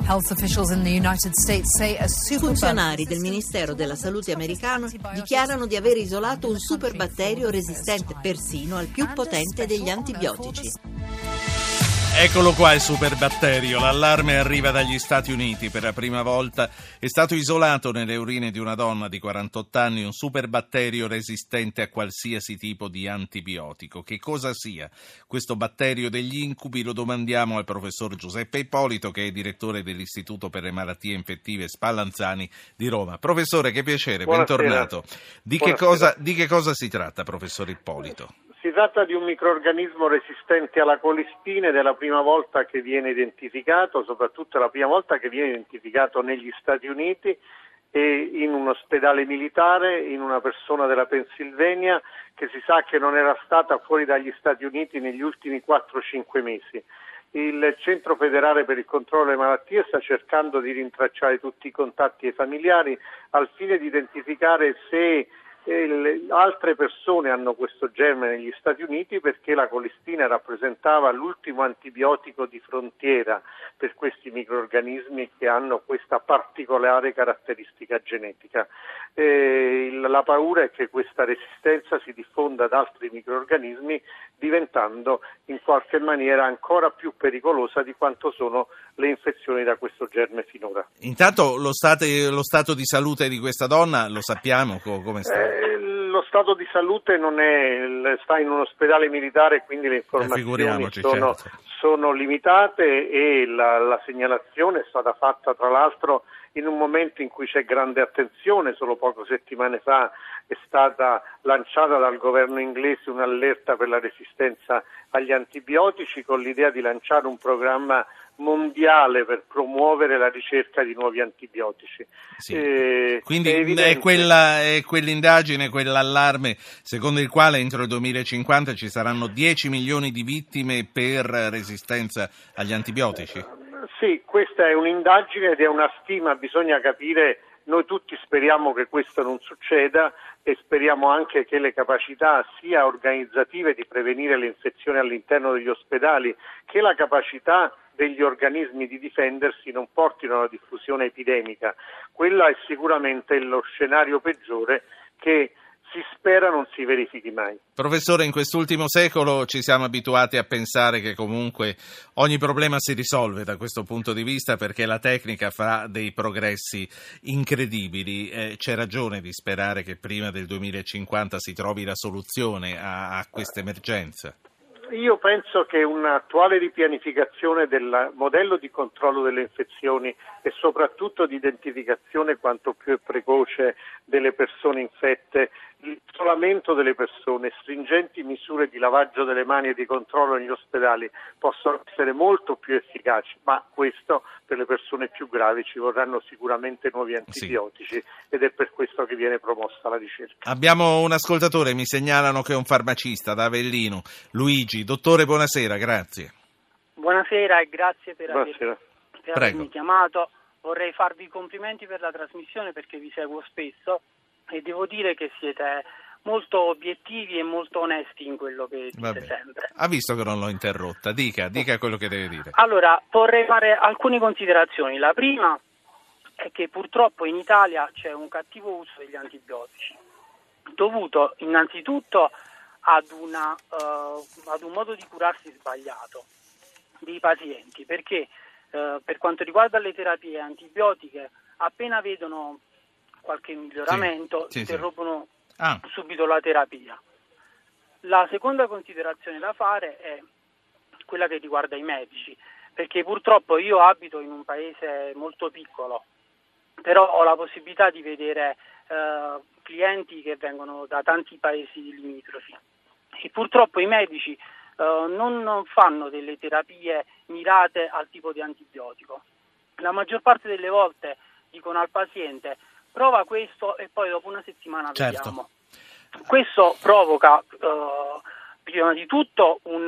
Funzionari del Ministero della Salute americano dichiarano di aver isolato un superbatterio resistente persino al più potente degli antibiotici. Eccolo qua il superbatterio, l'allarme arriva dagli Stati Uniti. Per la prima volta è stato isolato nelle urine di una donna di 48 anni un superbatterio resistente a qualsiasi tipo di antibiotico. Che cosa sia questo batterio degli incubi lo domandiamo al professor Giuseppe Ippolito, che è direttore dell'Istituto per le malattie infettive Spallanzani di Roma. Professore, che piacere, Buonasera. bentornato. Di che cosa si tratta, professor Ippolito? Si tratta di un microrganismo resistente alla colistina ed è la prima volta che viene identificato, soprattutto la prima volta che viene identificato negli Stati Uniti e in un ospedale militare, in una persona della Pennsylvania che si sa che non era stata fuori dagli Stati Uniti negli ultimi 4-5 mesi. Il Centro Federale per il Controllo delle Malattie sta cercando di rintracciare tutti i contatti ai familiari al fine di identificare se altre persone hanno questo germe negli Stati Uniti, perché la colistina rappresentava l'ultimo antibiotico di frontiera per questi microrganismi che hanno questa particolare caratteristica genetica. La paura è che questa resistenza si diffonda ad altri microrganismi, diventando in qualche maniera ancora più pericolosa di quanto sono le infezioni da questo germe finora. Intanto lo stato di salute di questa donna lo sappiamo come sta? Lo stato di salute sta in un ospedale militare, quindi le informazioni sono limitate e la segnalazione è stata fatta tra l'altro in un momento in cui c'è grande attenzione. Solo poche settimane fa è stata lanciata dal governo inglese un'allerta per la resistenza agli antibiotici, con l'idea di lanciare un programma mondiale per promuovere la ricerca di nuovi antibiotici. Sì. Quindi è quell'indagine, quell'allarme secondo il quale entro il 2050 ci saranno 10 milioni di vittime per resistenza agli antibiotici? Sì, questa è un'indagine ed è una stima, bisogna capire. Noi tutti speriamo che questo non succeda e speriamo anche che le capacità sia organizzative di prevenire le infezioni all'interno degli ospedali, che la capacità degli organismi di difendersi non portino alla diffusione epidemica. Quella è sicuramente lo scenario peggiore che si spera non si verifichi mai. Professore, in quest'ultimo secolo ci siamo abituati a pensare che comunque ogni problema si risolve da questo punto di vista, perché la tecnica fa dei progressi incredibili. C'è ragione di sperare che prima del 2050 si trovi la soluzione a questa emergenza? Io penso che un'attuale ripianificazione del modello di controllo delle infezioni e soprattutto di identificazione quanto più precoce delle persone infette, l'isolamento delle persone, stringenti misure di lavaggio delle mani e di controllo negli ospedali possono essere molto più efficaci, ma questo per le persone più gravi ci vorranno sicuramente nuovi antibiotici, ed è per questo che viene promossa la ricerca. Abbiamo un ascoltatore, mi segnalano che è un farmacista da Avellino, Luigi. Dottore, buonasera, grazie. Buonasera e grazie per avermi chiamato. Vorrei farvi i complimenti per la trasmissione, perché vi seguo spesso e devo dire che siete molto obiettivi e molto onesti in quello che dite sempre. Ha visto che non l'ho interrotta, dica quello che deve dire. Allora, vorrei fare alcune considerazioni. La prima è che purtroppo in Italia c'è un cattivo uso degli antibiotici, dovuto innanzitutto ad un modo di curarsi sbagliato dei pazienti, perché per quanto riguarda le terapie antibiotiche, appena vedono qualche miglioramento interrompono subito la terapia. La seconda considerazione da fare è quella che riguarda i medici, perché purtroppo io abito in un paese molto piccolo, però ho la possibilità di vedere clienti che vengono da tanti paesi limitrofi e purtroppo i medici non fanno delle terapie mirate al tipo di antibiotico. La maggior parte delle volte dicono al paziente: prova questo e poi dopo una settimana vediamo. Questo provoca prima di tutto un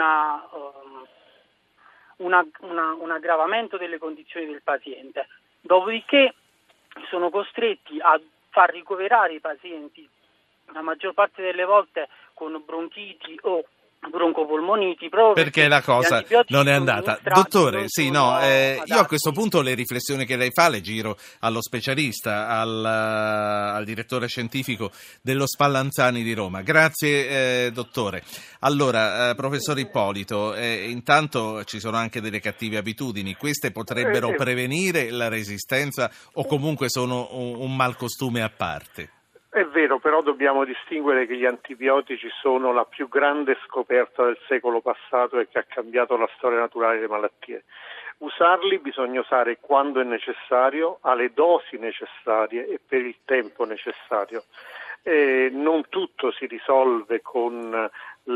aggravamento delle condizioni del paziente, dopodiché sono costretti a far ricoverare i pazienti la maggior parte delle volte con bronchiti o broncopolmoniti, proprio perché la cosa non è andata. Dottore, sì, no, io a questo punto le riflessioni che lei fa le giro allo specialista, al direttore scientifico dello Spallanzani di Roma. Grazie, dottore. Allora, professor Ippolito, intanto ci sono anche delle cattive abitudini. Queste potrebbero prevenire la resistenza o comunque sono un malcostume a parte? È vero, però dobbiamo distinguere che gli antibiotici sono la più grande scoperta del secolo passato e che ha cambiato la storia naturale delle malattie. Usarli bisogna usare quando è necessario, alle dosi necessarie e per il tempo necessario. Non tutto si risolve con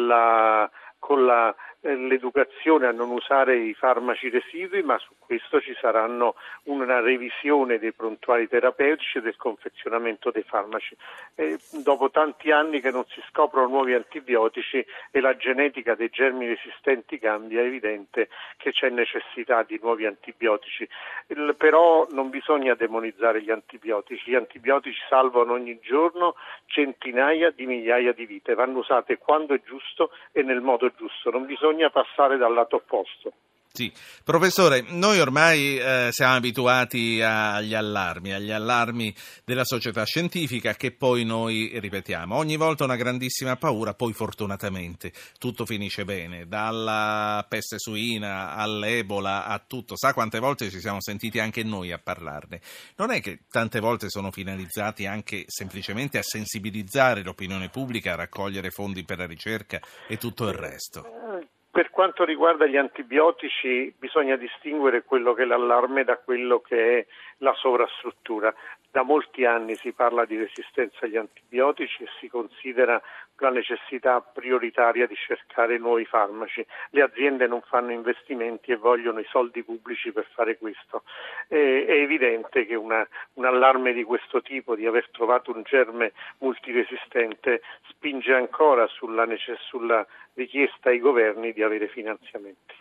l'educazione a non usare i farmaci residui, ma su questo ci saranno una revisione dei prontuari terapeutici e del confezionamento dei farmaci. Dopo tanti anni che non si scoprono nuovi antibiotici e la genetica dei germi resistenti cambia, è evidente che c'è necessità di nuovi antibiotici. Però non bisogna demonizzare gli antibiotici salvano ogni giorno centinaia di migliaia di vite, vanno usate quando è giusto e nel modo giusto, non bisogna passare dal lato opposto. Sì, professore, noi ormai siamo abituati agli allarmi della società scientifica che poi noi ripetiamo. Ogni volta una grandissima paura, poi fortunatamente tutto finisce bene, dalla peste suina all'Ebola a tutto. Sa quante volte ci siamo sentiti anche noi a parlarne? Non è che tante volte sono finalizzati anche semplicemente a sensibilizzare l'opinione pubblica, a raccogliere fondi per la ricerca e tutto il resto? Per quanto riguarda gli antibiotici bisogna distinguere quello che è l'allarme da quello che è la sovrastruttura. Da molti anni si parla di resistenza agli antibiotici e si considera la necessità prioritaria di cercare nuovi farmaci. Le aziende non fanno investimenti e vogliono i soldi pubblici per fare questo. È evidente che un allarme di questo tipo, di aver trovato un germe multiresistente, spinge ancora sulla richiesta ai governi di avere finanziamenti.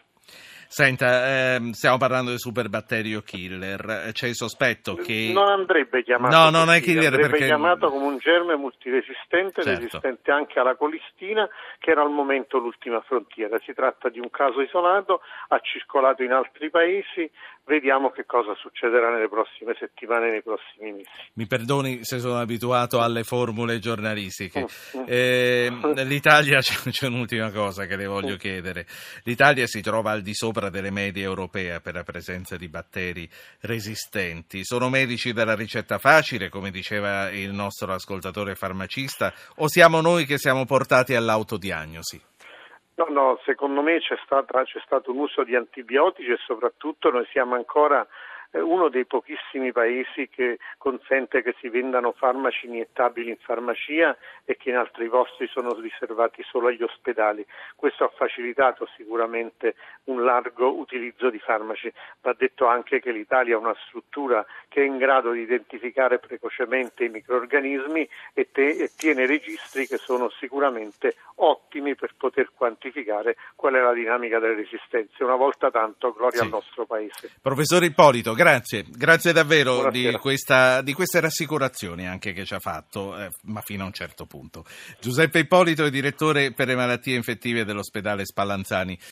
Senta, stiamo parlando del superbatterio killer, c'è il sospetto che... Non andrebbe chiamato no, non è killer andrebbe perché... chiamato come un germe multiresistente, certo, resistente anche alla colistina, che era al momento l'ultima frontiera. Si tratta di un caso isolato, ha circolato in altri paesi, vediamo che cosa succederà nelle prossime settimane e nei prossimi mesi. Mi perdoni se sono abituato alle formule giornalistiche. L'Italia, c'è un'ultima cosa che le voglio chiedere. L'Italia si trova al di sopra delle medie europee per la presenza di batteri resistenti. Sono medici della ricetta facile, come diceva il nostro ascoltatore farmacista, o siamo noi che siamo portati all'autodiagnosi? No, secondo me c'è stato un uso di antibiotici e soprattutto noi siamo ancora uno dei pochissimi paesi che consente che si vendano farmaci iniettabili in farmacia e che in altri posti sono riservati solo agli ospedali. Questo ha facilitato sicuramente un largo utilizzo di farmaci. Va detto anche che l'Italia ha una struttura che è in grado di identificare precocemente i microrganismi e tiene registri che sono sicuramente ottimi per poter quantificare qual è la dinamica delle resistenze. Una volta tanto, gloria al nostro Paese. Professor Ippolito, grazie davvero di queste rassicurazioni anche che ci ha fatto, ma fino a un certo punto. Giuseppe Ippolito è direttore per le malattie infettive dell'ospedale Spallanzani